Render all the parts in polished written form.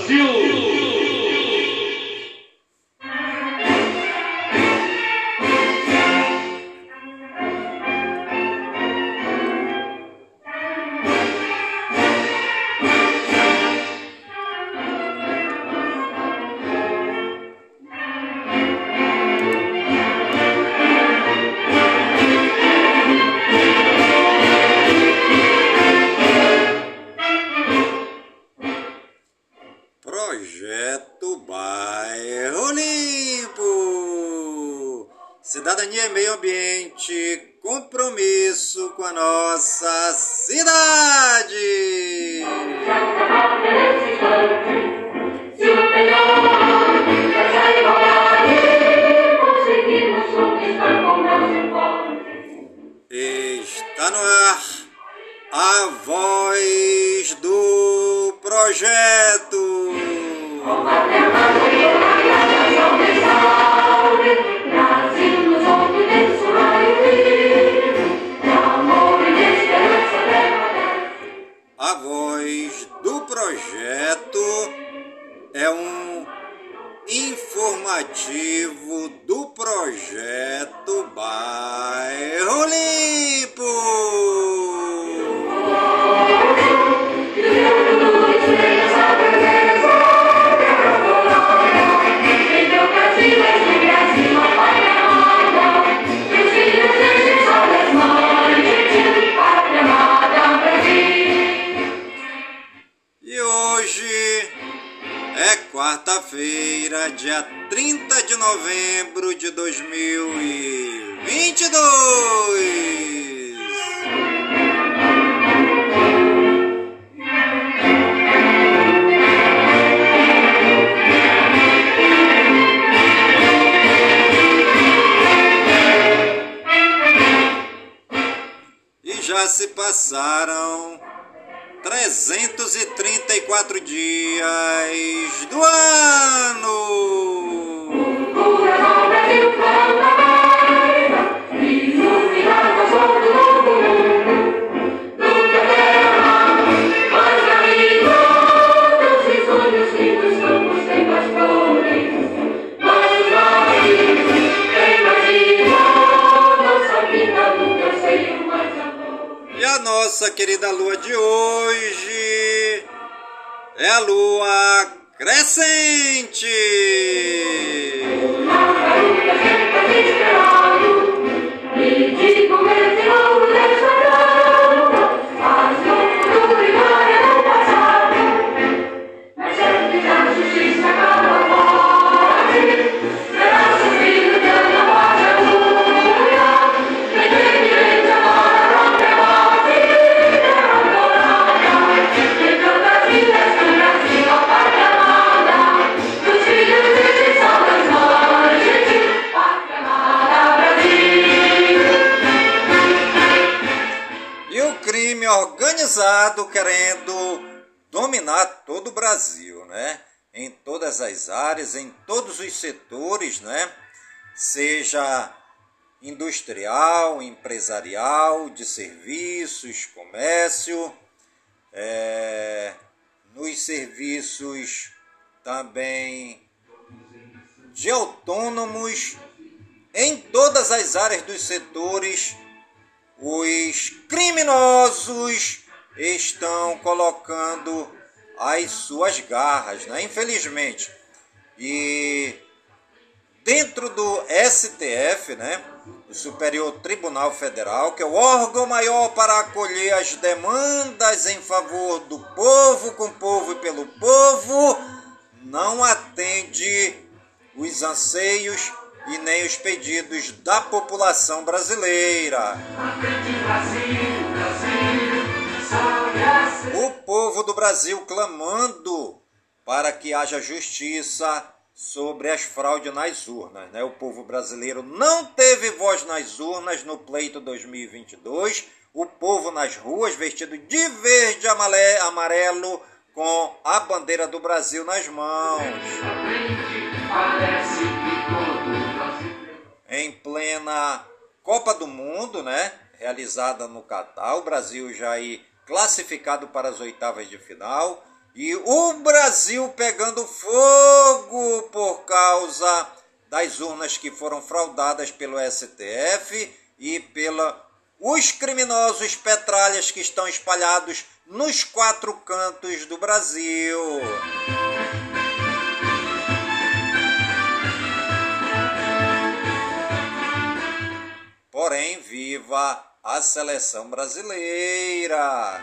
Brasil! Projeto Bairro Limpo. Cidadania e meio ambiente, compromisso com a nossa cidade. Está no ar a voz do projeto. A voz do projeto é um informativo do projeto Bairro Limpo. E hoje é quarta-feira, dia 30 de novembro de 2022. E já se passaram 334 dias do ano. E a nossa querida lua de hoje é a lua crescente. Organizado querendo dominar todo o Brasil, né? Em todas as áreas, em todos os setores, né? Seja industrial, empresarial, de serviços, comércio, nos serviços também de autônomos, em todas as áreas dos setores. Os criminosos estão colocando as suas garras, né? Infelizmente. E dentro do STF, né? O Superior Tribunal Federal, que é o órgão maior para acolher as demandas em favor do povo, com o povo e pelo povo, não atende os anseios e nem os pedidos da população brasileira. O povo do Brasil clamando para que haja justiça sobre as fraudes nas urnas, né? O povo brasileiro não teve voz nas urnas no pleito 2022. O povo nas ruas vestido de verde e amarelo com a bandeira do Brasil nas mãos. Em plena Copa do Mundo, né? Realizada no Catar, o Brasil já aí classificado para as oitavas de final. e o Brasil pegando fogo por causa das urnas que foram fraudadas pelo STF e os criminosos petralhas que estão espalhados nos 4 cantos do Brasil. Porém, viva a seleção brasileira!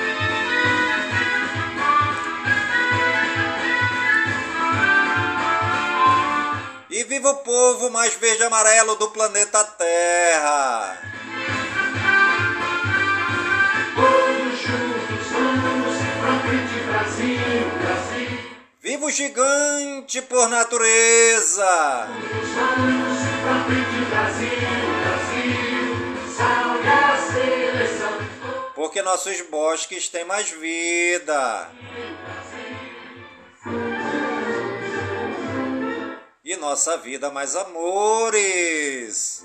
E viva o povo mais verde e amarelo do planeta Terra! Todos juntos vamos pra frente, Brasil, Brasil. Viva o gigante por natureza! Todos vamos pra frente, Brasil, Brasil. Salve a seleção. Porque nossos bosques têm mais vida. E nossa vida mais amores.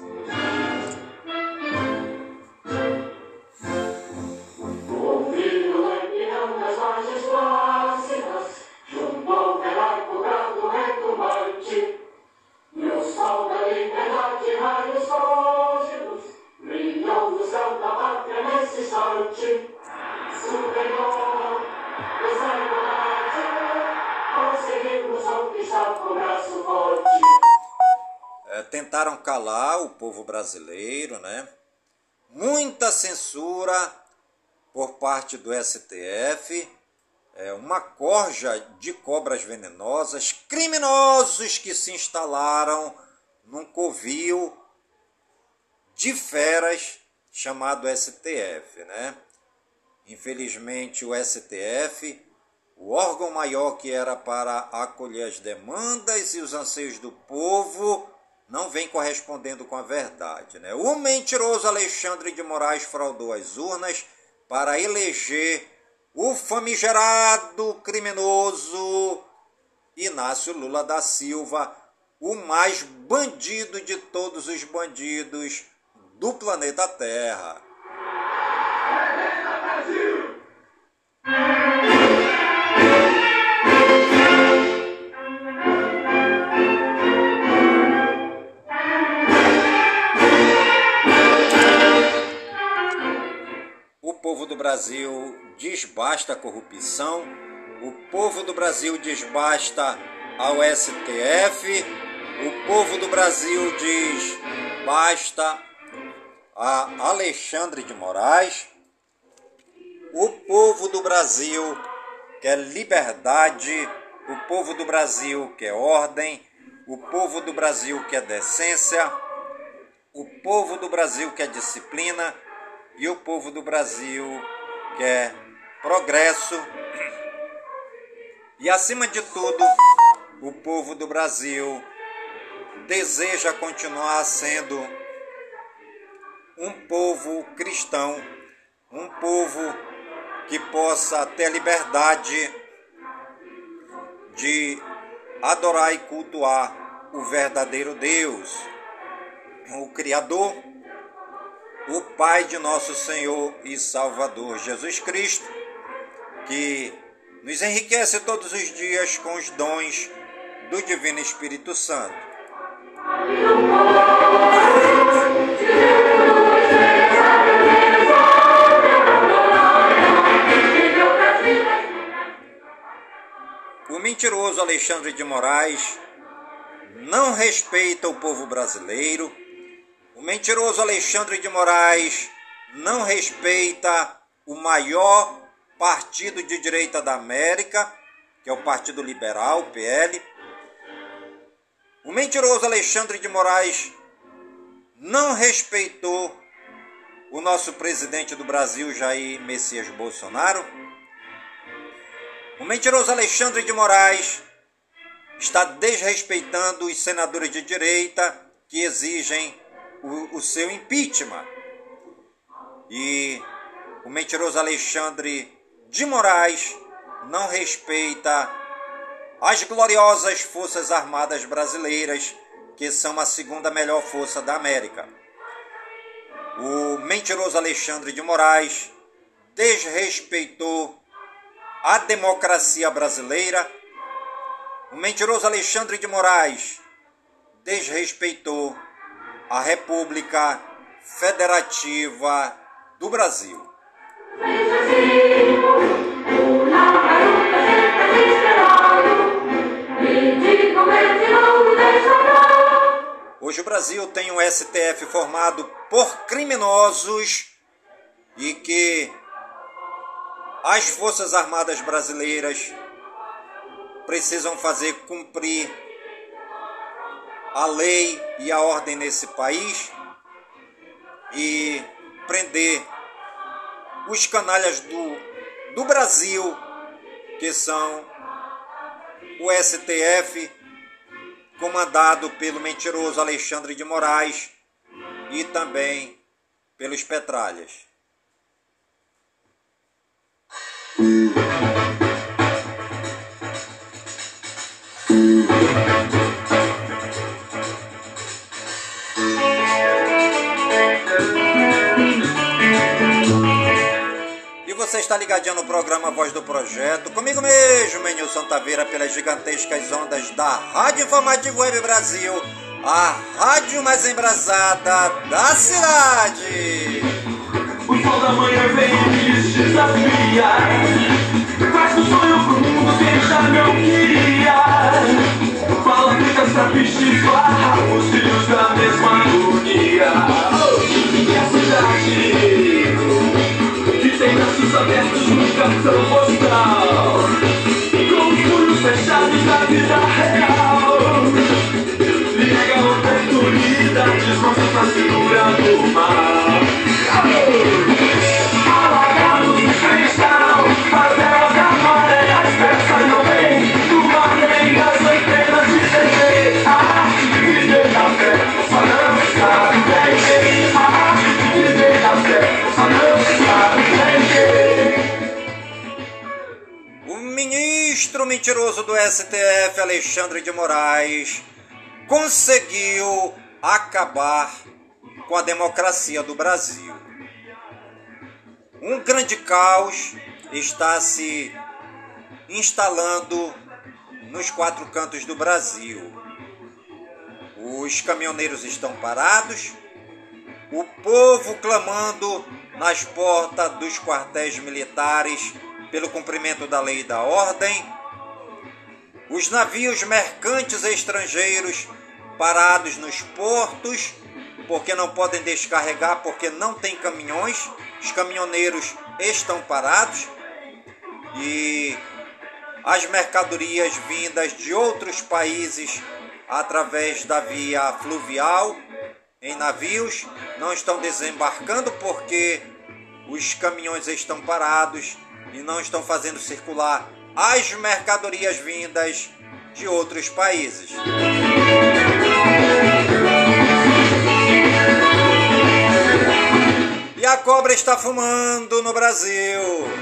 Ouvindo o lampião das margens próximas, de um povo heróico brando retumbante, e o sol da liberdade raios fósforos, brilhou no céu da pátria nesse instante. Superior, essa igualdade, conseguimos conquistar com o braço forte. Tentaram calar o povo brasileiro, né? Muita censura por parte do STF, uma corja de cobras venenosas, criminosos que se instalaram num covil de feras chamado STF, né? Infelizmente o STF, o órgão maior que era para acolher as demandas e os anseios do povo, não vem correspondendo com a verdade, né? O mentiroso Alexandre de Moraes fraudou as urnas para eleger o famigerado criminoso Inácio Lula da Silva, o mais bandido de todos os bandidos do planeta Terra. O povo do Brasil diz basta à corrupção, o povo do Brasil diz basta ao STF, o povo do Brasil diz basta a Alexandre de Moraes, o povo do Brasil quer liberdade, o povo do Brasil quer ordem, o povo do Brasil quer decência, o povo do Brasil quer disciplina, e o povo do Brasil quer progresso. E, acima de tudo, o povo do Brasil deseja continuar sendo um povo cristão, um povo que possa ter a liberdade de adorar e cultuar o verdadeiro Deus, o Criador, o Pai de nosso Senhor e Salvador Jesus Cristo, que nos enriquece todos os dias com os dons do Divino Espírito Santo. O mentiroso Alexandre de Moraes não respeita o povo brasileiro. O mentiroso Alexandre de Moraes não respeita o maior partido de direita da América, que é o Partido Liberal, o PL. O mentiroso Alexandre de Moraes não respeitou o nosso presidente do Brasil, Jair Messias Bolsonaro. O mentiroso Alexandre de Moraes está desrespeitando os senadores de direita que exigem o seu impeachment. E o mentiroso Alexandre de Moraes não respeita as gloriosas Forças Armadas Brasileiras, que são a segunda melhor força da América. O mentiroso Alexandre de Moraes desrespeitou a democracia brasileira, o mentiroso Alexandre de Moraes desrespeitou a República Federativa do Brasil. Hoje o Brasil tem um STF formado por criminosos e que as Forças Armadas brasileiras precisam fazer cumprir a lei e a ordem nesse país e prender os canalhas do Brasil, que são o STF, comandado pelo mentiroso Alexandre de Moraes e também pelos Petralhas. Você está ligadinho no programa Voz do Projeto, comigo mesmo, Menilson Taveira, pelas gigantescas ondas da Rádio Informativo Web Brasil, a rádio mais embrasada da cidade. O sol da manhã vem e nos desafia, traz um sonho pro mundo que já não queria. Fala que essa bicha esbarra os filhos da mesma agonia. E a cidade tem braços abertos no cartão postal, com os punhos fechados da vida real. Nega oportunidades, não se faz figura do mal. Alagados de cristal, favela da maré, as peças não vêm do mar, nem das antenas de TV. A arte de viver da fé, só não sabe bem. A arte de viver da fé, só não sabe bem. O ministro mentiroso do STF, Alexandre de Moraes, conseguiu acabar com a democracia do Brasil. Um grande caos está se instalando nos quatro cantos do Brasil. Os caminhoneiros estão parados, o povo clamando nas portas dos quartéis militares pelo cumprimento da lei e da ordem, os navios mercantes estrangeiros parados nos portos, porque não podem descarregar, porque não tem caminhões, os caminhoneiros estão parados, e as mercadorias vindas de outros países através da via fluvial, em navios, não estão desembarcando porque os caminhões estão parados e não estão fazendo circular as mercadorias vindas de outros países. E a cobra está fumando no Brasil.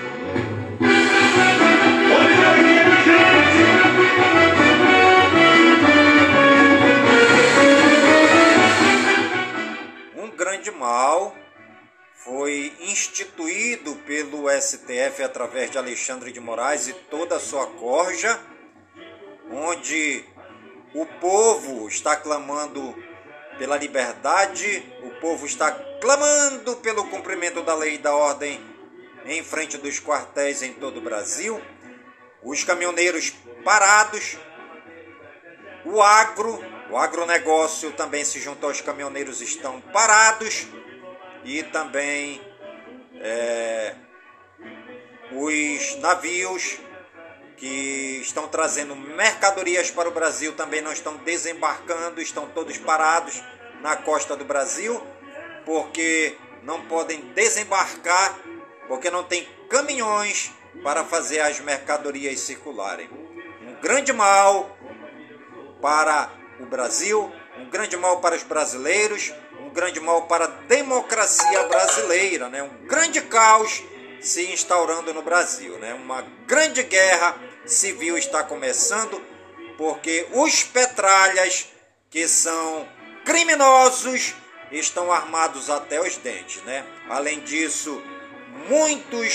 Um grande mal foi instituído pelo STF através de Alexandre de Moraes e toda a sua corja, onde o povo está clamando pela liberdade, o povo está clamando pelo cumprimento da lei e da ordem em frente dos quartéis em todo o Brasil, os caminhoneiros parados, o agronegócio também se juntou aos caminhoneiros, estão parados, e também os navios que estão trazendo mercadorias para o Brasil também não estão desembarcando, estão todos parados na costa do Brasil, porque não podem desembarcar, porque não tem caminhões para fazer as mercadorias circularem. Um grande mal para o Brasil, um grande mal para os brasileiros, um grande mal para a democracia brasileira, né? Um grande caos se instaurando no Brasil, né? Uma grande guerra civil está começando, porque os petralhas, que são criminosos, estão armados até os dentes, né? Além disso, muitos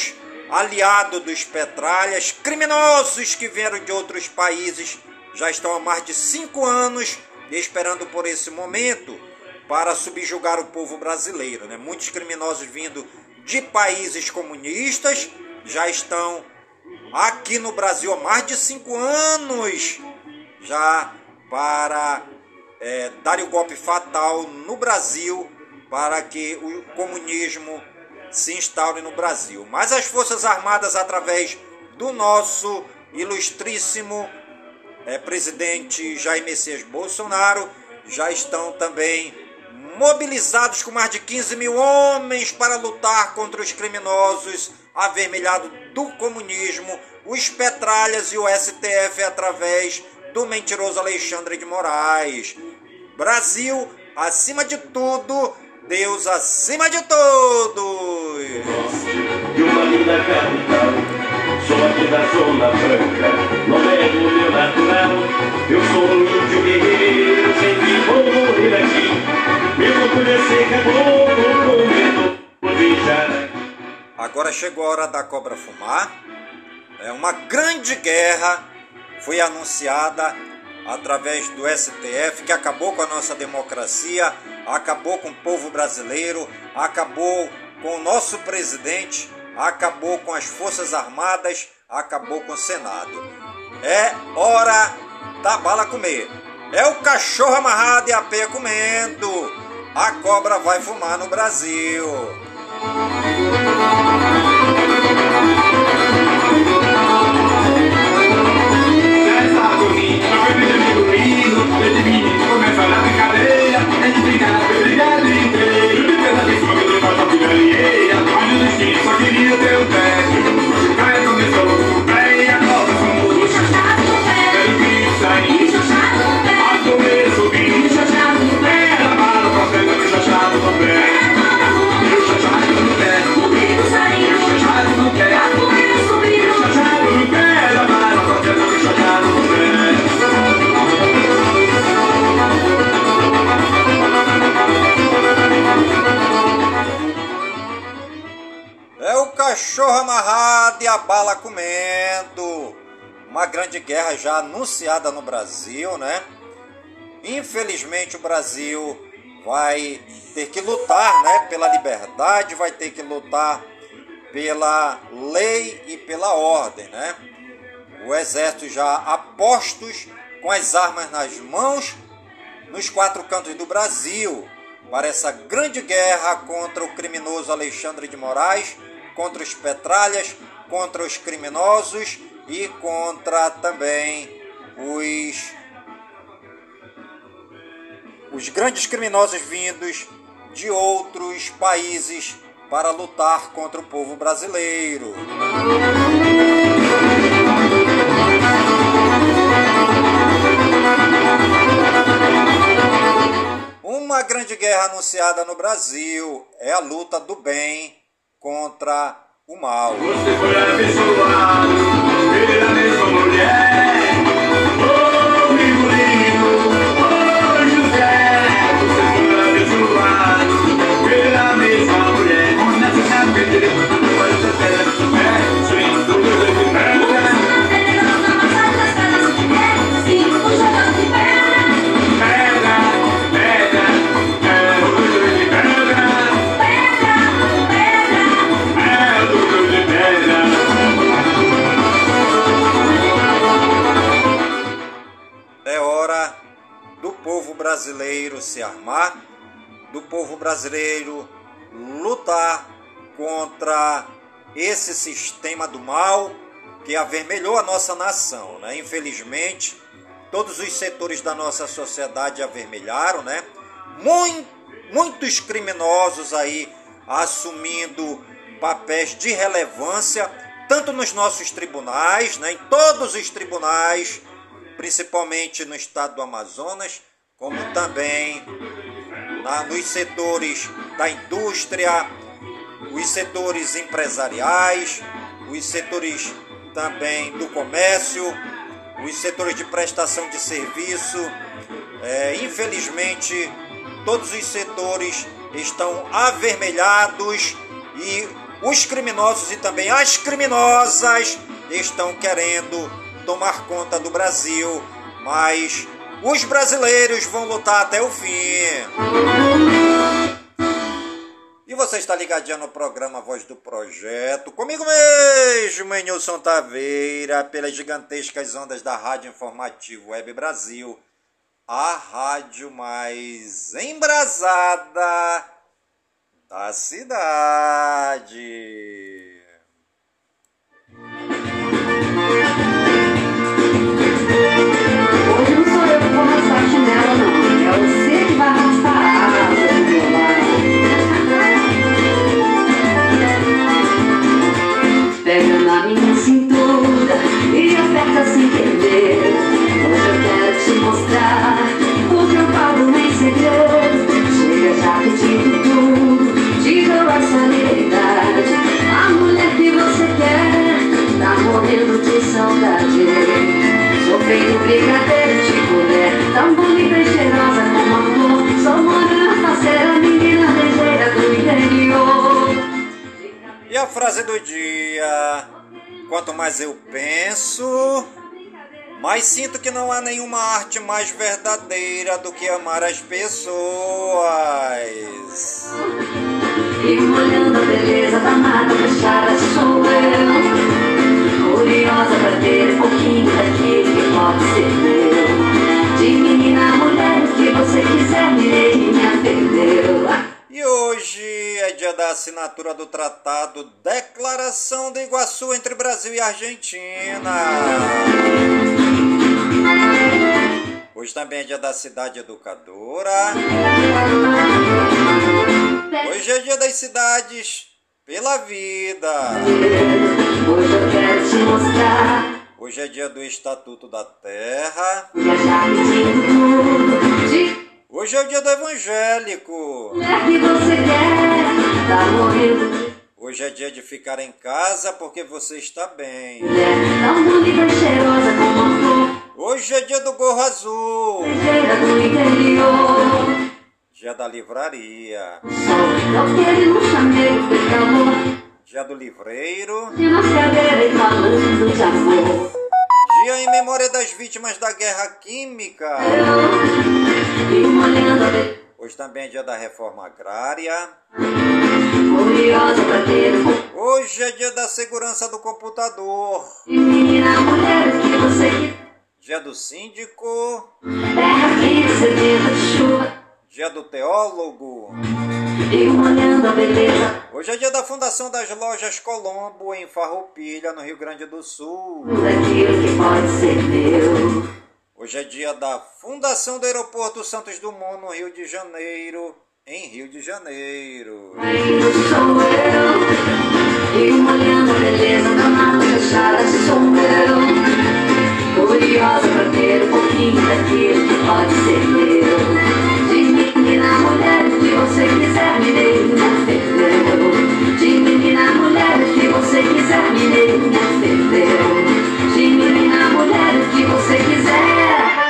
aliado dos petralhas, criminosos que vieram de outros países, já estão há mais de 5 anos esperando por esse momento para subjugar o povo brasileiro, né? Muitos criminosos vindo de países comunistas já estão aqui no Brasil há mais de 5 anos, já para darem o golpe fatal no Brasil, para que o comunismo se instaure no Brasil. Mas as Forças Armadas, através do nosso ilustríssimo presidente Jair Messias Bolsonaro, já estão também mobilizados com mais de 15 mil homens para lutar contra os criminosos avermelhados do comunismo, os petralhas e o STF através do mentiroso Alexandre de Moraes. Brasil acima de tudo, Deus acima de todos. De uma linda capital, sou aqui da Zona Franca, não é do meu natural. Eu sou um índio guerreiro, sempre vou morrer aqui. Meu orgulho é ser caboclo, com medo por beijar. Agora chegou a hora da cobra fumar. Uma grande guerra foi anunciada através do STF, que acabou com a nossa democracia, acabou com o povo brasileiro, acabou com o nosso presidente, acabou com as Forças Armadas, acabou com o Senado. É hora da bala comer. É o cachorro amarrado e a peia comendo. A cobra vai fumar no Brasil. Começa na brincadeira, é de brincar na brincadeira inteira. Brincadeira de cima, que faz a piranheira. Olha o destino, só queria ter o pé. Caia começou o pé e a cobra fumou do chachado no pé. Ele quis sair, a comer subindo, chachado no pé. Era bala pra frente, o chachado no pé. E o chachado no pé, o bico saiu, o chachado no pé. A comer subindo, o chachado no pé. Era bala pra frente, o chachado no pé. É o cachorro amarrado e a bala comendo. Uma grande guerra já anunciada no Brasil, né? Infelizmente o Brasil vai ter que lutar, né, pela liberdade, vai ter que lutar pela lei e pela ordem, né? O exército já a postos com as armas nas mãos nos 4 cantos do Brasil para essa grande guerra contra o criminoso Alexandre de Moraes, contra os petralhas, contra os criminosos e contra também os grandes criminosos vindos de outros países para lutar contra o povo brasileiro. Uma grande guerra anunciada no Brasil é a luta do bem contra o mal. Você foi abençoado pela mesma mulher. Oh, Rigolino, oh, José. Você foi abençoado pela mesma mulher. Nessa chave de Deus, não pode ser certo. É, swing, do Deus de pedra. Brasileiro se armar, do povo brasileiro lutar contra esse sistema do mal que avermelhou a nossa nação, né? Infelizmente, todos os setores da nossa sociedade avermelharam, né? Muitos criminosos aí assumindo papéis de relevância, tanto nos nossos tribunais, né? Em todos os tribunais, principalmente no estado do Amazonas, como também nos setores da indústria, os setores empresariais, os setores também do comércio, os setores de prestação de serviço. Infelizmente, todos os setores estão avermelhados e os criminosos e também as criminosas estão querendo tomar conta do Brasil, mas os brasileiros vão lutar até o fim. E você está ligadinho no programa Voz do Projeto, comigo mesmo, Nilson Taveira, pelas gigantescas ondas da Rádio Informativo Web Brasil, a rádio mais embrasada da cidade. Hoje não sou eu que vou arrastar a chinela, não. É você que vai arrastar a asa do meu lado. Pega na minha cintura e aperta sem querer. Hoje eu quero te mostrar o que eu falo em segredo. Chega já pedindo tudo, te dou essa liberdade. A mulher que você quer tá morrendo de saudade. Sou feito brigadeiro de colher, tão bonita e cheirosa como a flor. Sou morena, parceira, menina ligeira do interior. E a frase do dia: quanto mais eu penso, mais sinto que não há nenhuma arte mais verdadeira do que amar as pessoas. E olhando a beleza da mata fechada sou eu, curiosa pra ter um pouquinho daquilo que pode ser meu. De menina a mulher, o que você quiser, me atendeu. E hoje é dia da assinatura do Tratado Declaração do Iguaçu entre Brasil e Argentina. Hoje também é dia da Cidade Educadora. Hoje é dia das cidades pela vida. Hoje eu quero te mostrar. Hoje é dia do Estatuto da Terra. Viajar pedindo tudo. De Hoje é o dia do evangélico. mulher que você quer, tá morrendo de Hoje é dia de ficar em casa porque você está bem. mulher, tão bonita e cheirosa como a flor. Hoje é dia do gorro azul. Ligeira do interior. Dia da livraria. Sou doqueiro no chameiro de calor. Dia do livreiro. De nas cadeiras e falando de amor. Dia em memória das vítimas da guerra química. E molhando a beleza. Hoje também é dia da reforma agrária. Curiosa pra ter Hoje é dia da segurança do computador. de menina, mulher, o que você quer. Dia do síndico. Terra fria, sedenta de chuva. Dia do teólogo. E molhando a beleza. Hoje é dia da fundação das lojas Colombo em Farroupilha, no Rio Grande do Sul. Daquilo que pode ser meu. Hoje é dia da fundação do aeroporto Santos Dumont, no Rio de Janeiro, em Rio de Janeiro. Ainda sou eu. E molhando a beleza da mata fechada sou eu. Curiosa pra ter um pouquinho daquilo que pode ser meu. De menina, mulher, o que você quiser, me atendeu. De menina, mulher, o que você quiser, me atendeu. De menina, mulher, o que você quiser.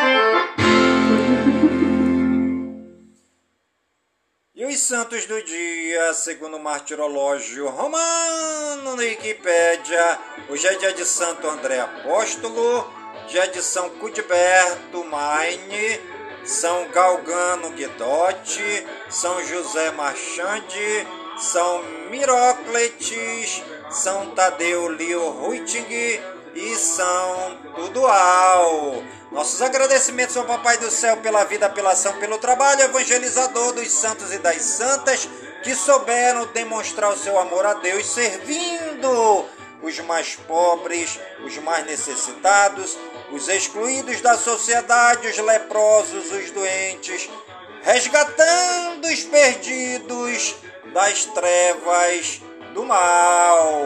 E os santos do dia, segundo o martirológio romano na Wikipédia, hoje é dia de Santo André Apóstolo, dia de São Cuthberto Maine, São Galgano Guidotti, São José Marchande, São Mirocletes, São Tadeu Lio Ruiting e São Tudual. Nossos agradecimentos ao Papai do Céu pela vida, pela ação, pelo trabalho evangelizador dos santos e das santas que souberam demonstrar o seu amor a Deus, servindo os mais pobres, os mais necessitados, os excluídos da sociedade, os leprosos, os doentes, resgatando os perdidos das trevas do mal.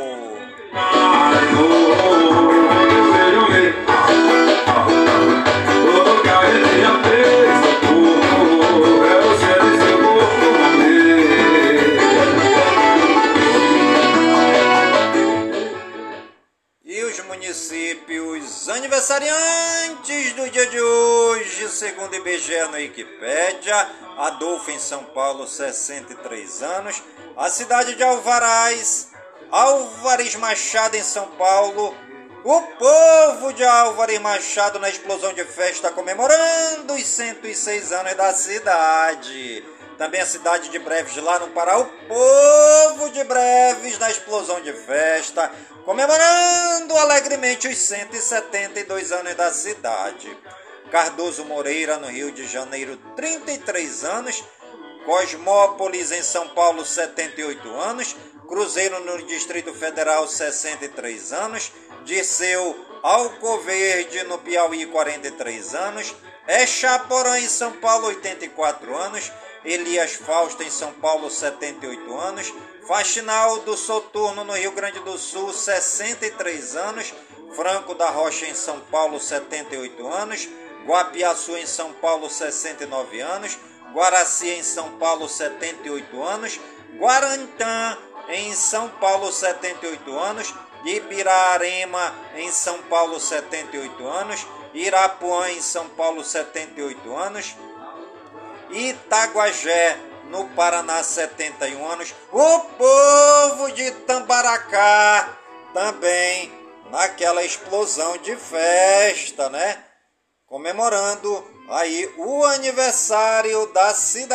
E os municípios aniversariantes do dia de hoje, segundo o IBGE na Wikipédia: Adolfo em São Paulo, 63 anos. A cidade de Alvaraz, Álvares Machado em São Paulo. O povo de Álvares Machado na explosão de festa comemorando os 106 anos da cidade. Também a cidade de Breves lá no Pará. O povo de Breves na explosão de festa comemorando alegremente os 172 anos da cidade. Cardoso Moreira no Rio de Janeiro, 33 anos. Cosmópolis em São Paulo, 78 anos. Cruzeiro no Distrito Federal, 63 anos. Dirceu Alcoverde no Piauí, 43 anos. Echaporã em São Paulo, 84 anos. Elias Fausto em São Paulo, 78 anos. Faxinaldo Soturno no Rio Grande do Sul, 63 anos. Franco da Rocha em São Paulo, 78 anos. Guapiaçu em São Paulo, 69 anos. Guaraci em São Paulo, 78 anos. Guarantã em São Paulo, 78 anos. Ibirarema em São Paulo, 78 anos. Irapuã em São Paulo, 78 anos. Itaguajé no Paraná, 71 anos. O povo de Tambaracá também naquela explosão de festa, né? Comemorando aí o aniversário da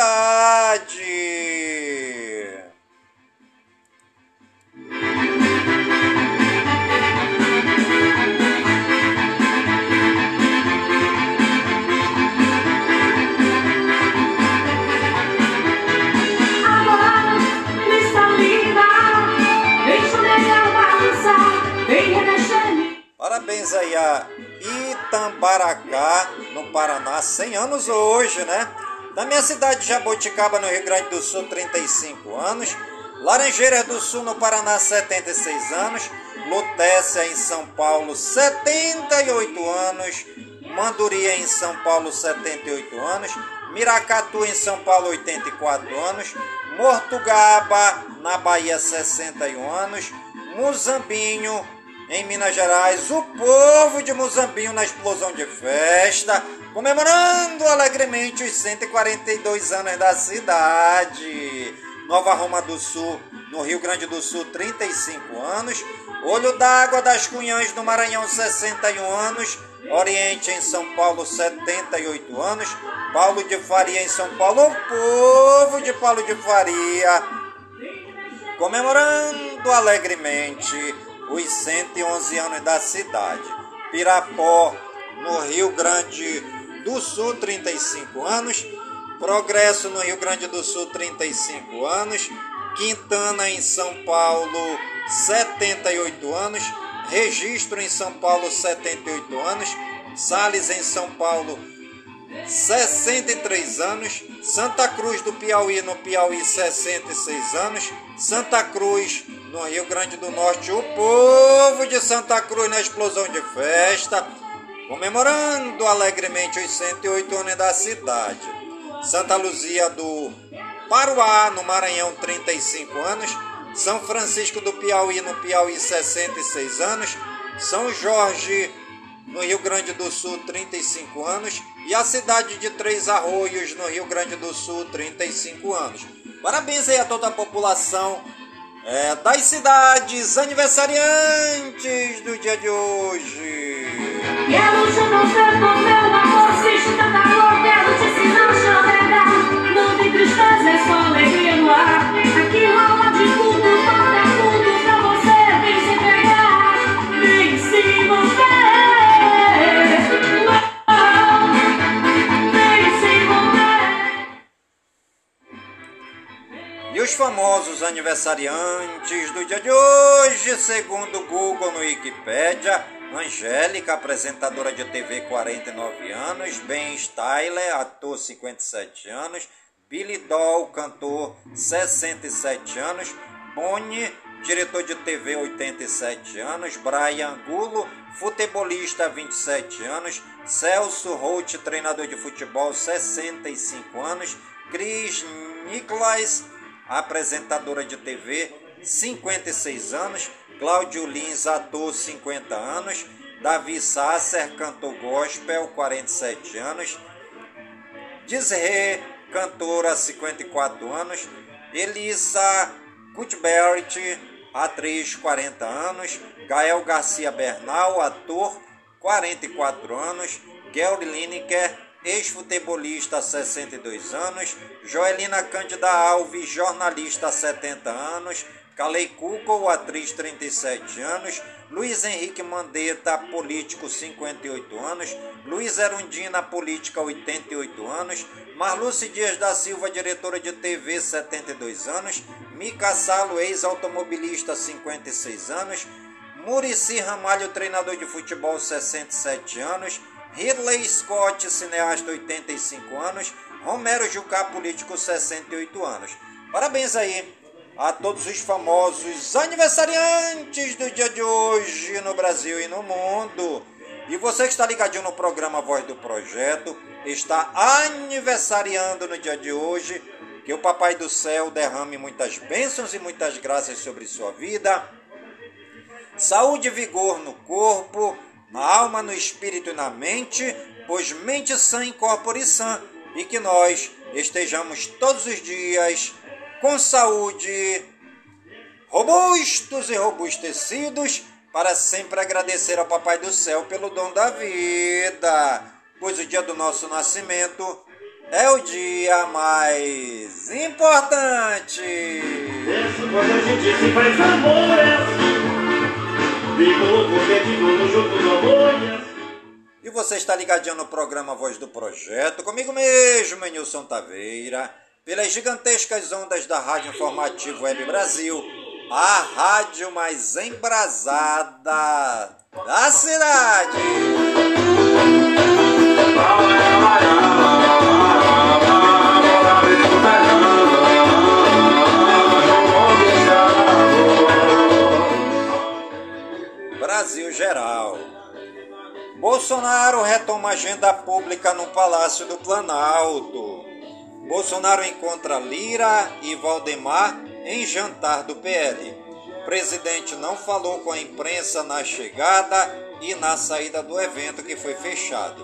cidade. Parabéns aí a Itambaracá, no Paraná, 100 anos hoje, né? Na minha cidade de Jaboticaba, no Rio Grande do Sul, 35 anos. Laranjeiras do Sul, no Paraná, 76 anos. Lutécia, em São Paulo, 78 anos. Manduria, em São Paulo, 78 anos. Miracatu, em São Paulo, 84 anos. Mortugaba, na Bahia, 61 anos. Muzambinho, em Minas Gerais, o povo de Muzambinho na explosão de festa, comemorando alegremente os 142 anos da cidade. Nova Roma do Sul, no Rio Grande do Sul, 35 anos. Olho d'Água das Cunhãs, no Maranhão, 61 anos. Oriente, em São Paulo, 78 anos. Paulo de Faria, em São Paulo, o povo de Paulo de Faria, comemorando alegremente os 111 anos da cidade. Pirapó, no Rio Grande do Sul, 35 anos. Progresso, no Rio Grande do Sul, 35 anos. Quintana, em São Paulo, 78 anos. Registro, em São Paulo, 78 anos. Sales, em São Paulo, 63 anos. Santa Cruz do Piauí, no Piauí, 66 anos. Santa Cruz, no Rio Grande do Norte, o povo de Santa Cruz na explosão de festa, comemorando alegremente os 108 anos da cidade. Santa Luzia do Paruá, no Maranhão, 35 anos. São Francisco do Piauí, no Piauí, 66 anos. São Jorge, no Rio Grande do Sul, 35 anos. E a cidade de Três Arroios, no Rio Grande do Sul, 35 anos. Parabéns aí a toda a população das cidades aniversariantes do dia de hoje. Quero te mostrar como meu amor se chuta calor. Quero te ensinar a chorar. Não tem tristeza, é só alegria no ar. Aqui rola de tudo, falta tudo pra você. Vem se entregar, vem se envolver. Vem se envolver. E os famosos aniversariantes do dia de hoje, segundo o Google no Wikipédia: Angélica, apresentadora de TV, 49 anos. Ben Stiller, ator, 57 anos. Billy Doll, cantor, 67 anos. Boni, diretor de TV, 87 anos. Brian Angulo, futebolista, 27 anos. Celso Holt, treinador de futebol, 65 anos. Cris Nicholas, apresentadora de TV, 56 anos. Cláudio Lins, ator, 50 anos. Davi Sasser, cantor gospel, 47 anos. Desirê, cantora, 54 anos. Elisa Cuthbert, atriz, 40 anos. Gael Garcia Bernal, ator, 44 anos. Gary Lineker, ex-futebolista, 62 anos. Joelina Cândida Alves, jornalista, 70 anos. Kalei Kuko, atriz, 37 anos. Luiz Henrique Mandetta, político, 58 anos. Luiz Erundina, política, 88 anos. Marluce Dias da Silva, diretora de TV, 72 anos. Mica Salo, ex-automobilista, 56 anos. Muricy Ramalho, treinador de futebol, 67 anos. Ridley Scott, cineasta, 85 anos. Romero Jucá, político, 68 anos. Parabéns aí a todos os famosos aniversariantes do dia de hoje no Brasil e no mundo. E você que está ligadinho no programa Voz do Projeto, está aniversariando no dia de hoje. Que o Papai do Céu derrame muitas bênçãos e muitas graças sobre sua vida. Saúde e vigor no corpo, na alma, no espírito e na mente, pois mente sã incorpore sã. E que nós estejamos todos os dias com saúde, robustos e robustecidos, para sempre agradecer ao Papai do Céu pelo dom da vida, pois o dia do nosso nascimento é o dia mais importante. Isso quando a gente se faz amor, E você está ligadinho no programa Voz do Projeto, comigo mesmo, Nilson Taveira, pelas gigantescas ondas da Rádio Informativo Web Brasil, a rádio mais embrasada da cidade. Brasil Geral. Bolsonaro retoma agenda pública no Palácio do Planalto. Bolsonaro encontra Lira e Valdemar em jantar do PL. O presidente não falou com a imprensa na chegada e na saída do evento, que foi fechado.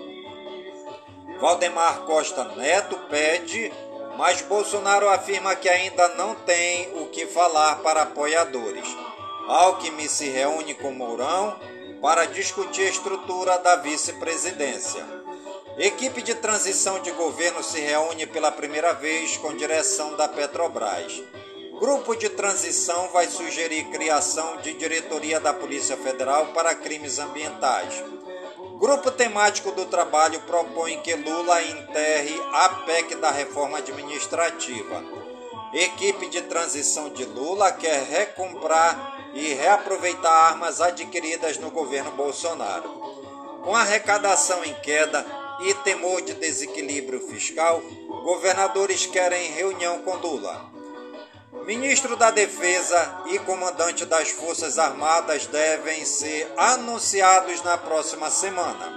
Valdemar Costa Neto pede, mas Bolsonaro afirma que ainda não tem o que falar para apoiadores. Alckmin se reúne com Mourão para discutir a estrutura da vice-presidência. Equipe de transição de governo se reúne pela primeira vez com direção da Petrobras. Grupo de transição vai sugerir criação de diretoria da Polícia Federal para crimes ambientais. Grupo temático do trabalho propõe que Lula enterre a PEC da reforma administrativa. Equipe de transição de Lula quer recomprar e reaproveitar armas adquiridas no governo Bolsonaro. Com arrecadação em queda e temor de desequilíbrio fiscal, governadores querem reunião com Lula. Ministro da Defesa e comandante das Forças Armadas devem ser anunciados na próxima semana.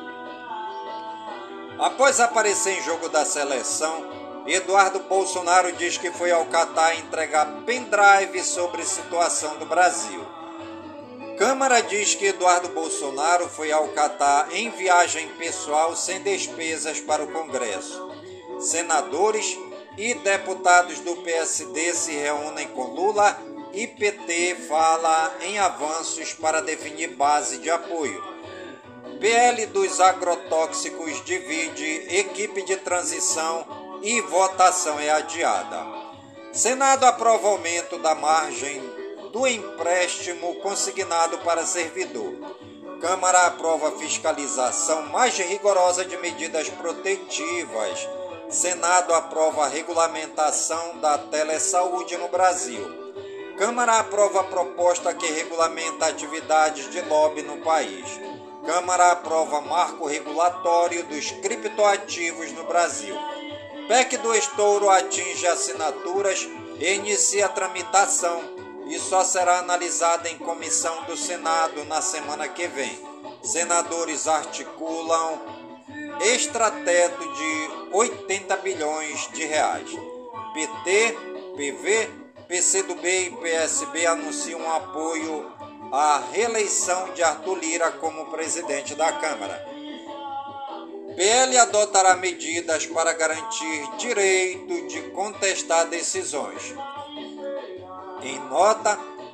Após aparecer em jogo da seleção, Eduardo Bolsonaro diz que foi ao Catar entregar pendrive sobre a situação do Brasil. Câmara diz que Eduardo Bolsonaro foi ao Catar em viagem pessoal sem despesas para o Congresso. Senadores e deputados do PSD se reúnem com Lula e PT fala em avanços para definir base de apoio. PL dos agrotóxicos divide equipe de transição e votação é adiada. Senado aprova aumento da margem do empréstimo consignado para servidor. Câmara aprova fiscalização mais rigorosa de medidas protetivas. Senado aprova a regulamentação da telesaúde no Brasil. Câmara aprova a proposta que regulamenta atividades de lobby no país. Câmara aprova marco regulatório dos criptoativos no Brasil. PEC do estouro atinge assinaturas e inicia a tramitação e só será analisada em comissão do Senado na semana que vem. Senadores articulam extrateto de 80 bilhões de reais. PT, PV, PCdoB e PSB anunciam apoio à reeleição de Arthur Lira como presidente da Câmara. PL adotará medidas para garantir direito de contestar decisões. Em nota,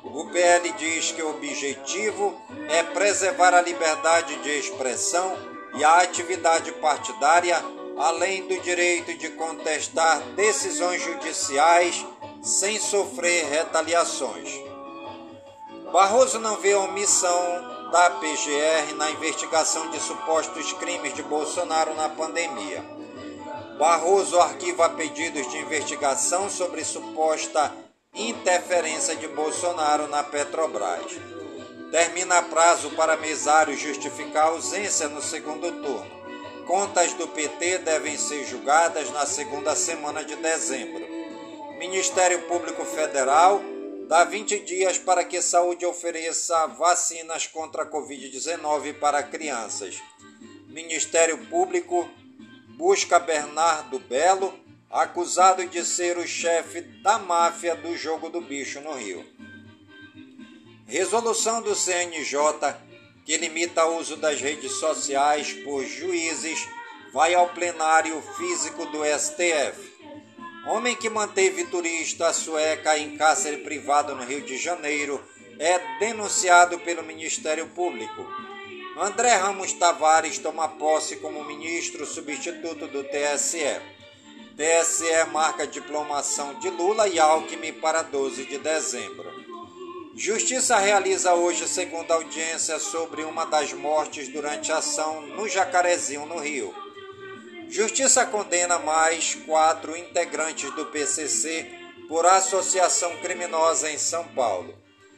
O PL diz que o objetivo é preservar a liberdade de expressão e a atividade partidária, além do direito de contestar decisões judiciais sem sofrer retaliações. Barroso não vê omissão da PGR na investigação de supostos crimes de Bolsonaro na pandemia. Barroso arquiva pedidos de investigação sobre suposta interferência de Bolsonaro na Petrobras. Termina prazo para mesário justificar a ausência no segundo turno. Contas do PT devem ser julgadas na segunda semana de dezembro. Ministério Público Federal dá 20 dias para que saúde ofereça vacinas contra a Covid-19 para crianças. Ministério Público busca Bernardo Belo, acusado de ser o chefe da máfia do jogo do bicho no Rio. Resolução do CNJ que limita o uso das redes sociais por juízes vai ao plenário físico do STF. Homem que manteve turista sueca em cárcere privado no Rio de Janeiro é denunciado pelo Ministério Público. André Ramos Tavares toma posse como ministro substituto do TSE. TSE marca diplomação de Lula e Alckmin para 12 de dezembro. Justiça realiza hoje segunda audiência sobre uma das mortes durante a ação no Jacarezinho, no Rio. Justiça condena mais 4 integrantes do PCC por associação criminosa em São Paulo.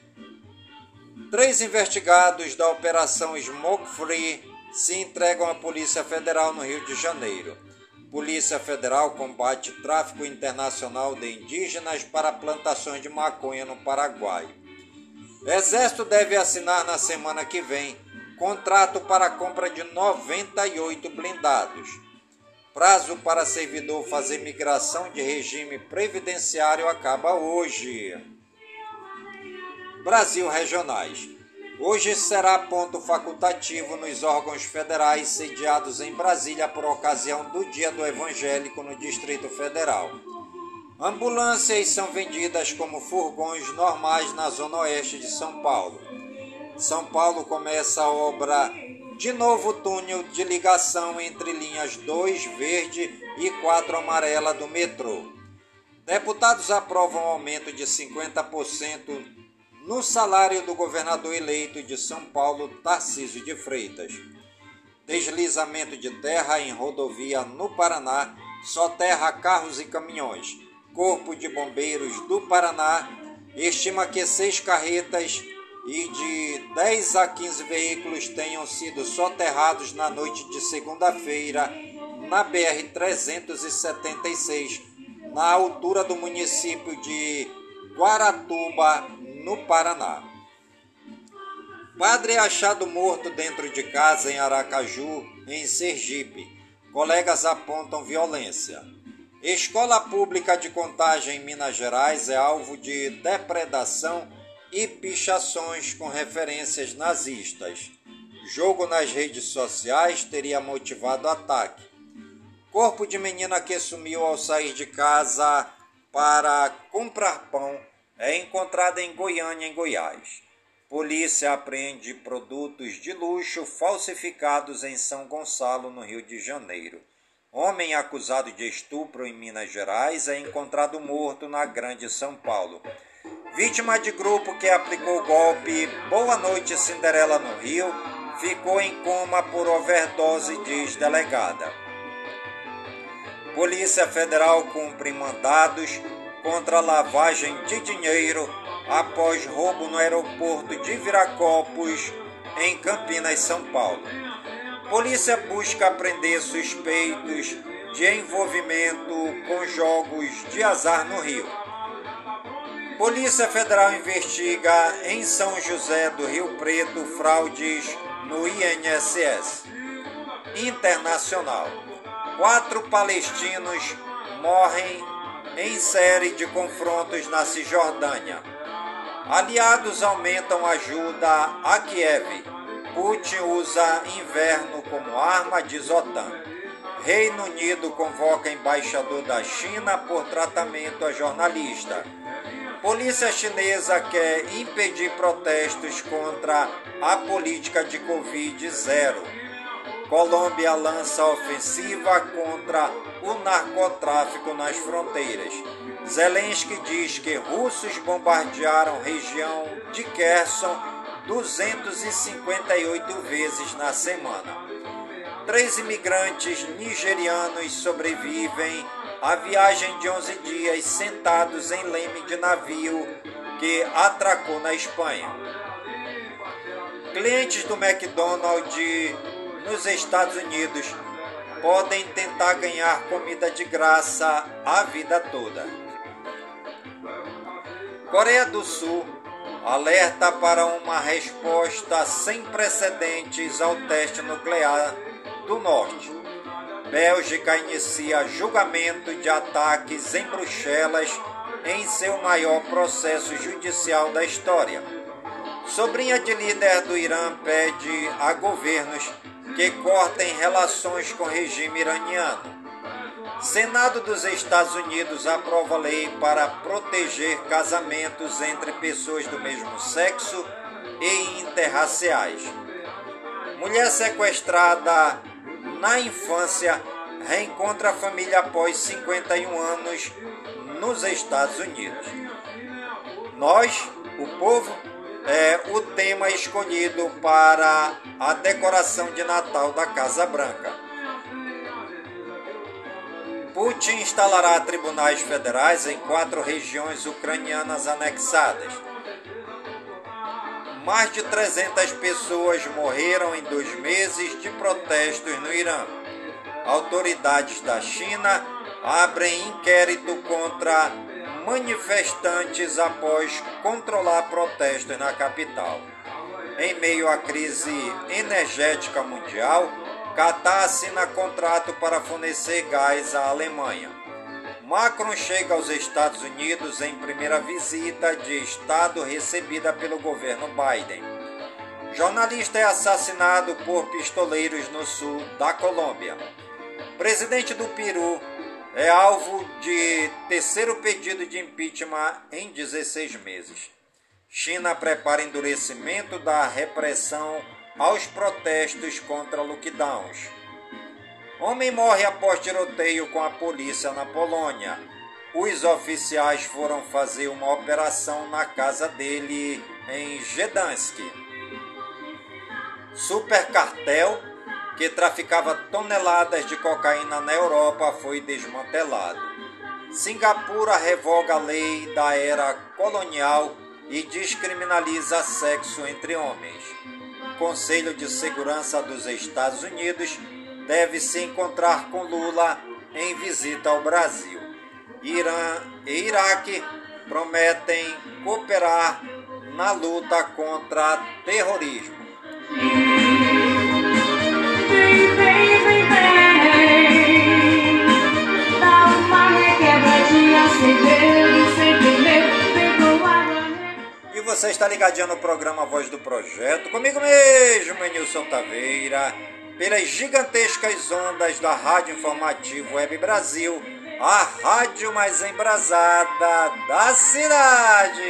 3 investigados da Operação Smoke Free se entregam à Polícia Federal no Rio de Janeiro. Polícia Federal combate tráfico internacional de indígenas para plantações de maconha no Paraguai. Exército deve assinar na semana que vem contrato para a compra de 98 blindados. Prazo para servidor fazer migração de regime previdenciário acaba hoje. Brasil Regionais. Hoje será ponto facultativo nos órgãos federais sediados em Brasília por ocasião do Dia do Evangélico no Distrito Federal. Ambulâncias são vendidas como furgões normais na zona oeste de São Paulo. São Paulo começa a obra de novo túnel de ligação entre linhas 2 verde e 4 amarela do metrô. Deputados aprovam aumento de 50% no salário do governador eleito de São Paulo, Tarcísio de Freitas. Deslizamento de terra em rodovia no Paraná soterra carros e caminhões. Corpo de Bombeiros do Paraná estima que 6 carretas e de 10 a 15 veículos tenham sido soterrados na noite de segunda-feira na BR-376, na altura do município de Guaratuba, no Paraná. Padre é achado morto dentro de casa em Aracaju, em Sergipe. Colegas apontam violência. Escola pública de Contagem em Minas Gerais é alvo de depredação e pichações com referências nazistas. Jogo nas redes sociais teria motivado ataque. Corpo de menina que sumiu ao sair de casa para comprar pão é encontrado em Goiânia, em Goiás. Polícia apreende produtos de luxo falsificados em São Gonçalo, no Rio de Janeiro. Homem acusado de estupro em Minas Gerais é encontrado morto na Grande São Paulo. Vítima de grupo que aplicou o golpe Boa Noite Cinderela no Rio ficou em coma por overdose, diz delegada. Polícia Federal cumpre mandados contra lavagem de dinheiro após roubo no aeroporto de Viracopos, em Campinas, São Paulo. Polícia busca prender suspeitos de envolvimento com jogos de azar no Rio. Polícia Federal investiga em São José do Rio Preto fraudes no INSS. Internacional. 4 palestinos morrem em série de confrontos na Cisjordânia. Aliados aumentam ajuda a Kiev. Putin usa inverno como arma, diz OTAN. Reino Unido convoca embaixador da China por tratamento a jornalista. Polícia chinesa quer impedir protestos contra a política de Covid-0. Colômbia lança ofensiva contra o narcotráfico nas fronteiras. Zelensky diz que russos bombardearam região de Kherson 258 vezes na semana. 3 imigrantes nigerianos sobrevivem à viagem de 11 dias sentados em leme de navio que atracou na Espanha. Clientes do McDonald's nos Estados Unidos podem tentar ganhar comida de graça a vida toda. Coreia do Sul alerta para uma resposta sem precedentes ao teste nuclear do Norte. Bélgica inicia julgamento de ataques em Bruxelas em seu maior processo judicial da história. Sobrinha de líder do Irã pede a governos que cortem relações com o regime iraniano. Senado dos Estados Unidos aprova lei para proteger casamentos entre pessoas do mesmo sexo e interraciais. Mulher sequestrada na infância reencontra a família após 51 anos nos Estados Unidos. Nós, o povo, é o tema escolhido para a decoração de Natal da Casa Branca. Putin instalará tribunais federais em 4 regiões ucranianas anexadas. Mais de 300 pessoas morreram em 2 meses de protestos no Irã. Autoridades da China abrem inquérito contra manifestantes após controlar protestos na capital. Em meio à crise energética mundial, Catar assina contrato para fornecer gás à Alemanha. Macron chega aos Estados Unidos em primeira visita de Estado recebida pelo governo Biden. Jornalista é assassinado por pistoleiros no sul da Colômbia. Presidente do Peru é alvo de 3º pedido de impeachment em 16 meses. China prepara endurecimento da repressão aos protestos contra lockdowns. Homem morre após tiroteio com a polícia na Polônia. Os oficiais foram fazer uma operação na casa dele em Gdansk. Supercartel que traficava toneladas de cocaína na Europa foi desmantelado. Singapura revoga a lei da era colonial e descriminaliza sexo entre homens. Conselho de Segurança dos Estados Unidos deve se encontrar com Lula em visita ao Brasil. Irã e Iraque prometem cooperar na luta contra terrorismo. E você está ligadinho no programa Voz do Projeto, comigo mesmo, Nilson Taveira, pelas gigantescas ondas da Rádio Informativo Web Brasil, a rádio mais embrasada da cidade.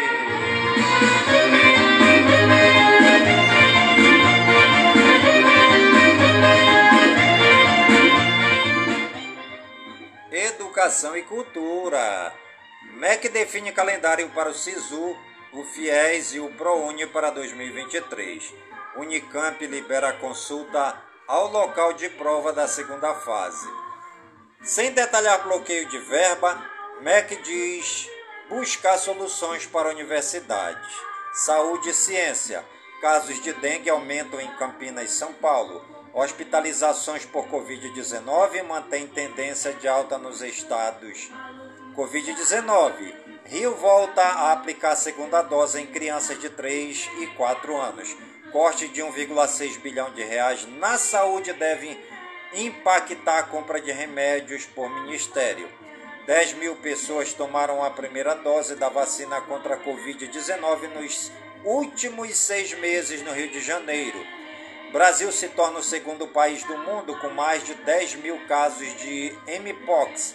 Educação e cultura. MEC define calendário para o SISU, o FIES e o ProUni para 2023. Unicamp libera consulta ao local de prova da segunda fase. Sem detalhar bloqueio de verba, MEC diz buscar soluções para universidades. Saúde e ciência. Casos de dengue aumentam em Campinas e São Paulo. Hospitalizações por Covid-19 mantêm tendência de alta nos estados. Covid-19. Rio volta a aplicar a segunda dose em crianças de 3 e 4 anos. Corte de 1,6 bilhão de reais na saúde deve impactar a compra de remédios por ministério. 10 mil pessoas tomaram a primeira dose da vacina contra a Covid-19 nos últimos 6 meses no Rio de Janeiro. Brasil se torna o segundo país do mundo com mais de 10 mil casos de Mpox.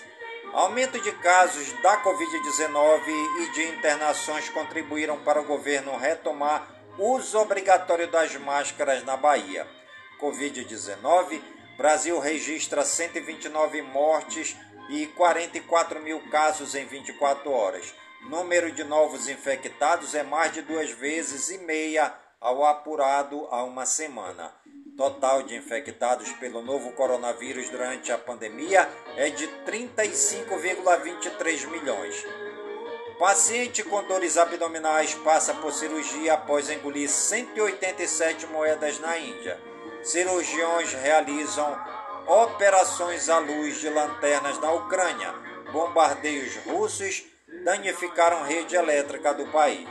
Aumento de casos da Covid-19 e de internações contribuíram para o governo retomar o uso obrigatório das máscaras na Bahia. Covid-19, Brasil registra 129 mortes e 44 mil casos em 24 horas. Número de novos infectados é mais de 2,5 vezes ao apurado há uma semana. Total de infectados pelo novo coronavírus durante a pandemia é de 35,23 milhões. Paciente com dores abdominais passa por cirurgia após engolir 187 moedas na Índia. Cirurgiões realizam operações à luz de lanternas na Ucrânia. Bombardeios russos danificaram rede elétrica do país.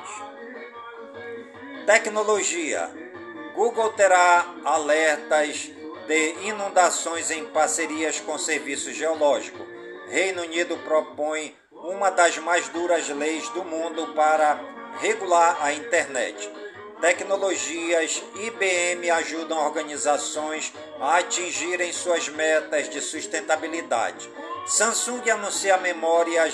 Tecnologia. Google terá alertas de inundações em parcerias com serviços geológicos. Reino Unido propõe uma das mais duras leis do mundo para regular a internet. Tecnologias IBM ajudam organizações a atingirem suas metas de sustentabilidade. Samsung anuncia a memória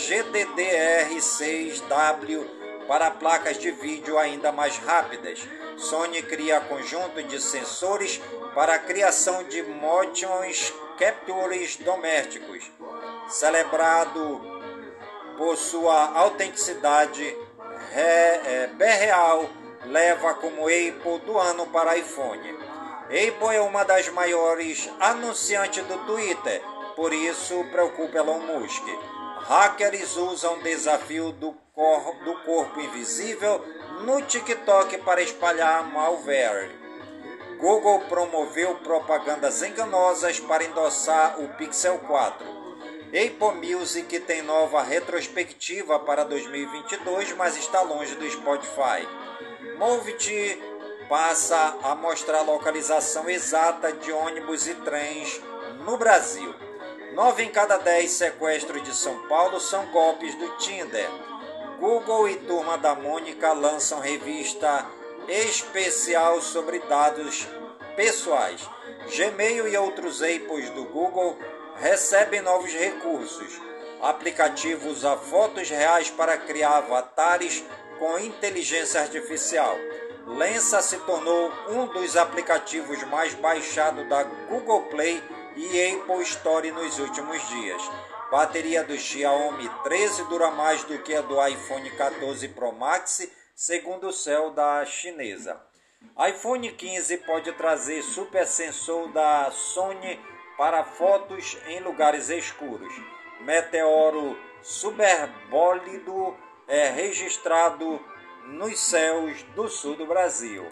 GDDR6W para placas de vídeo ainda mais rápidas. Sony cria conjunto de sensores para a criação de motion captures domésticos. Celebrado por sua autenticidade, B-Real leva como Apple do ano para iPhone. Apple é uma das maiores anunciantes do Twitter, por isso preocupa Elon Musk. Hackers usam desafio do corpo invisível no TikTok para espalhar malware. Google promoveu propagandas enganosas para endossar o Pixel 4. Apple Music tem nova retrospectiva para 2022, mas está longe do Spotify. Movit passa a mostrar a localização exata de ônibus e trens no Brasil. 9 em cada 10 sequestros de São Paulo são golpes do Tinder. Google e Turma da Mônica lançam revista especial sobre dados pessoais. Gmail e outros Apples do Google recebem novos recursos. Aplicativo usa fotos reais para criar avatares com inteligência artificial. Lensa se tornou um dos aplicativos mais baixados da Google Play e Apple Store nos últimos dias. Bateria do Xiaomi 13 dura mais do que a do iPhone 14 Pro Max, segundo o céu da chinesa. iPhone 15 pode trazer super sensor da Sony para fotos em lugares escuros. Meteoro superbólido é registrado nos céus do sul do Brasil.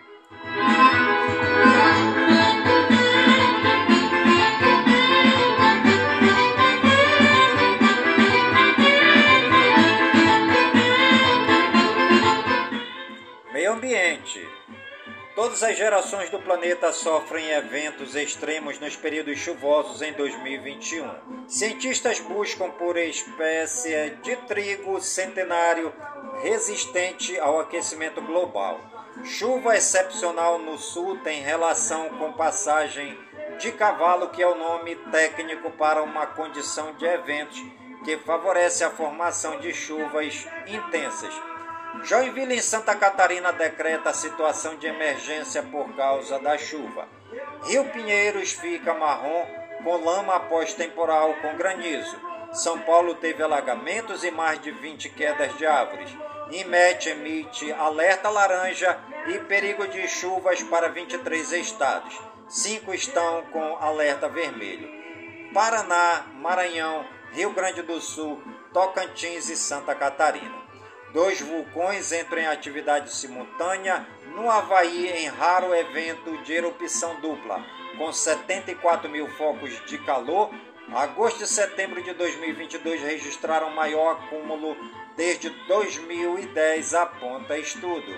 Meio ambiente. Todas as gerações do planeta sofrem eventos extremos nos períodos chuvosos em 2021. Cientistas buscam por espécie de trigo centenário resistente ao aquecimento global. Chuva excepcional no sul tem relação com passagem de cavalo, que é o nome técnico para uma condição de eventos que favorece a formação de chuvas intensas. Joinville, em Santa Catarina, decreta a situação de emergência por causa da chuva. Rio Pinheiros fica marrom com lama após temporal com granizo. São Paulo teve alagamentos e mais de 20 quedas de árvores. IMET emite alerta laranja e perigo de chuvas para 23 estados. 5 estão com alerta vermelho. Paraná, Maranhão, Rio Grande do Sul, Tocantins e Santa Catarina. 2 vulcões entram em atividade simultânea no Havaí em raro evento de erupção dupla, com 74 mil focos de calor. Agosto e setembro de 2022 registraram maior acúmulo desde 2010, aponta estudo.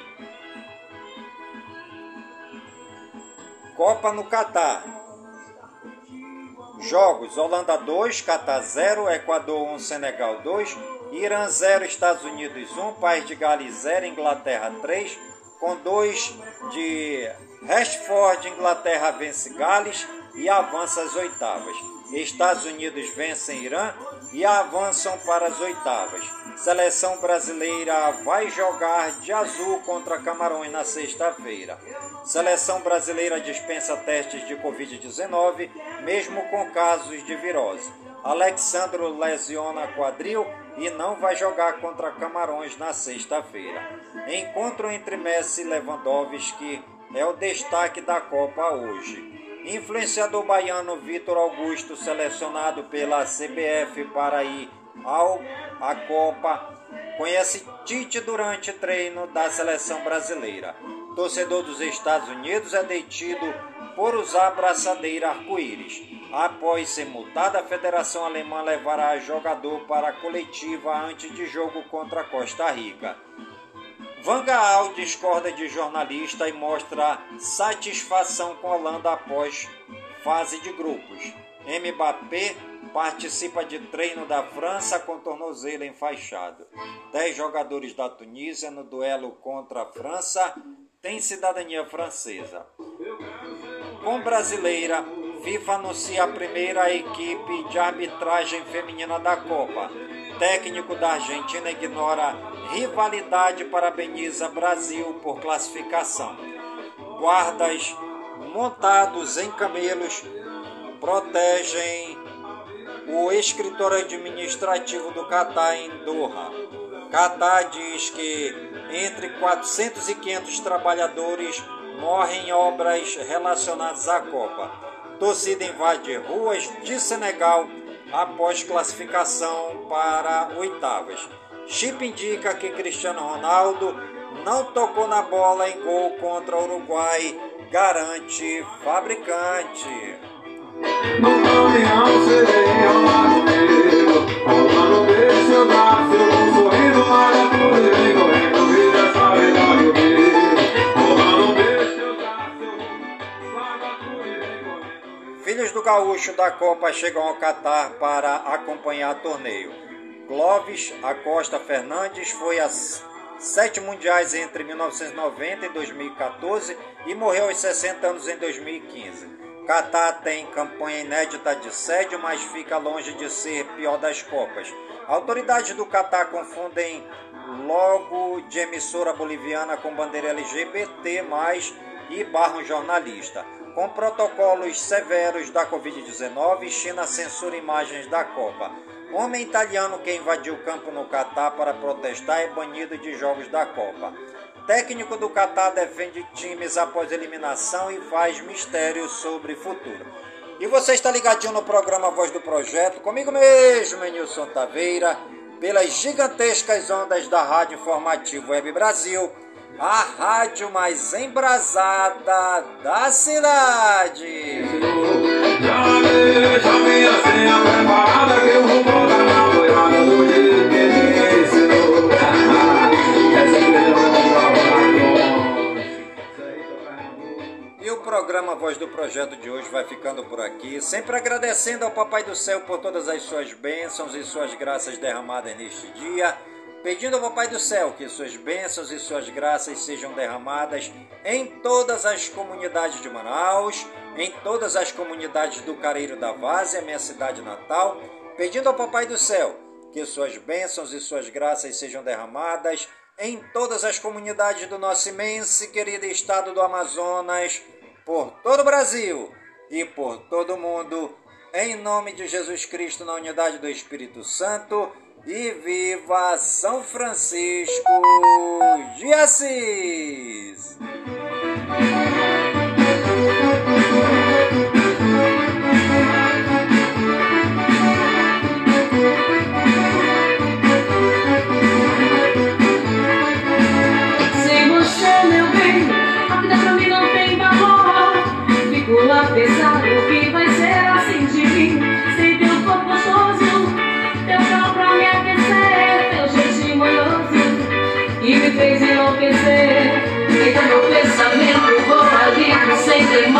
Copa no Catar. Jogos: Holanda 2, Catar 0, Equador 1, Senegal 2, Irã 0, Estados Unidos 1, País de Gales 0, Inglaterra 3, com 2 de Rashford. Inglaterra vence Gales, e avança às oitavas. Estados Unidos vencem Irã e avançam para as oitavas. Seleção brasileira vai jogar de azul contra Camarões na sexta-feira. Seleção brasileira dispensa testes de Covid-19, mesmo com casos de virose. Alexandro lesiona quadril e não vai jogar contra Camarões na sexta-feira. Encontro entre Messi e Lewandowski é o destaque da Copa hoje. Influenciador baiano Vitor Augusto, selecionado pela CBF para ir à Copa, conhece Tite durante treino da seleção brasileira. Torcedor dos Estados Unidos é detido por usar abraçadeira arco-íris. Após ser multado, a Federação Alemã levará jogador para a coletiva antes de jogo contra a Costa Rica. Van Gaal discorda de jornalista e mostra satisfação com a Holanda após fase de grupos. Mbappé participa de treino da França com tornozelo enfaixado. 10 jogadores da Tunísia no duelo contra a França têm cidadania francesa. Com brasileira, FIFA anuncia a primeira equipe de arbitragem feminina da Copa. Técnico da Argentina ignora rivalidade e parabeniza Brasil por classificação. Guardas montados em camelos protegem o escritório administrativo do Catar em Doha. Catar diz que entre 400 e 500 trabalhadores morrem em obras relacionadas à Copa. Torcida invade ruas de Senegal após classificação para oitavas. Chip indica que Cristiano Ronaldo não tocou na bola em gol contra o Uruguai, garante fabricante. No caminhão serei ao lado dele, falando desse eu nasci, eu vou sorrindo, maravilhoso, correndo, vida, essa verdade dele. Falando desse eu nasci, eu vou correndo. Filhos do gaúcho da Copa chegam ao Catar para acompanhar o torneio. Clóvis Acosta Fernandes foi às 7 mundiais entre 1990 e 2014 e morreu aos 60 anos em 2015. Catar tem campanha inédita de sede, mas fica longe de ser pior das Copas. Autoridades do Catar confundem logo de emissora boliviana com bandeira LGBT+, e barram jornalista. Com protocolos severos da Covid-19, China censura imagens da Copa. Homem italiano que invadiu o campo no Catar para protestar é banido de jogos da Copa. Técnico do Catar defende times após eliminação e faz mistérios sobre futuro. E você está ligadinho no programa Voz do Projeto, comigo mesmo, Nilson Taveira, pelas gigantescas ondas da Rádio Informativo Web Brasil, a rádio mais embrasada da cidade. Já deixa minha senha preparada que eu vou botar na boiada do jeito que ninguém ensinou. E o programa Voz do Projeto de hoje vai ficando por aqui, sempre agradecendo ao Papai do Céu por todas as suas bênçãos e suas graças derramadas neste dia, pedindo ao Papai do Céu que suas bênçãos e suas graças sejam derramadas em todas as comunidades de Manaus, em todas as comunidades do Careiro da Várzea, minha cidade natal, pedindo ao Papai do Céu que suas bênçãos e suas graças sejam derramadas em todas as comunidades do nosso imenso e querido estado do Amazonas, por todo o Brasil e por todo o mundo, em nome de Jesus Cristo, na unidade do Espírito Santo, e viva São Francisco de Assis! Sem você, meu bem, a vida pra mim não tem valor. Fico a pensar o que vai ser assim de mim. Sem teu corpo gostoso, teu sol pra me aquecer, teu jeitinho manhoso que me fez enlouquecer. Então meu pensamento vou livre sem teimar.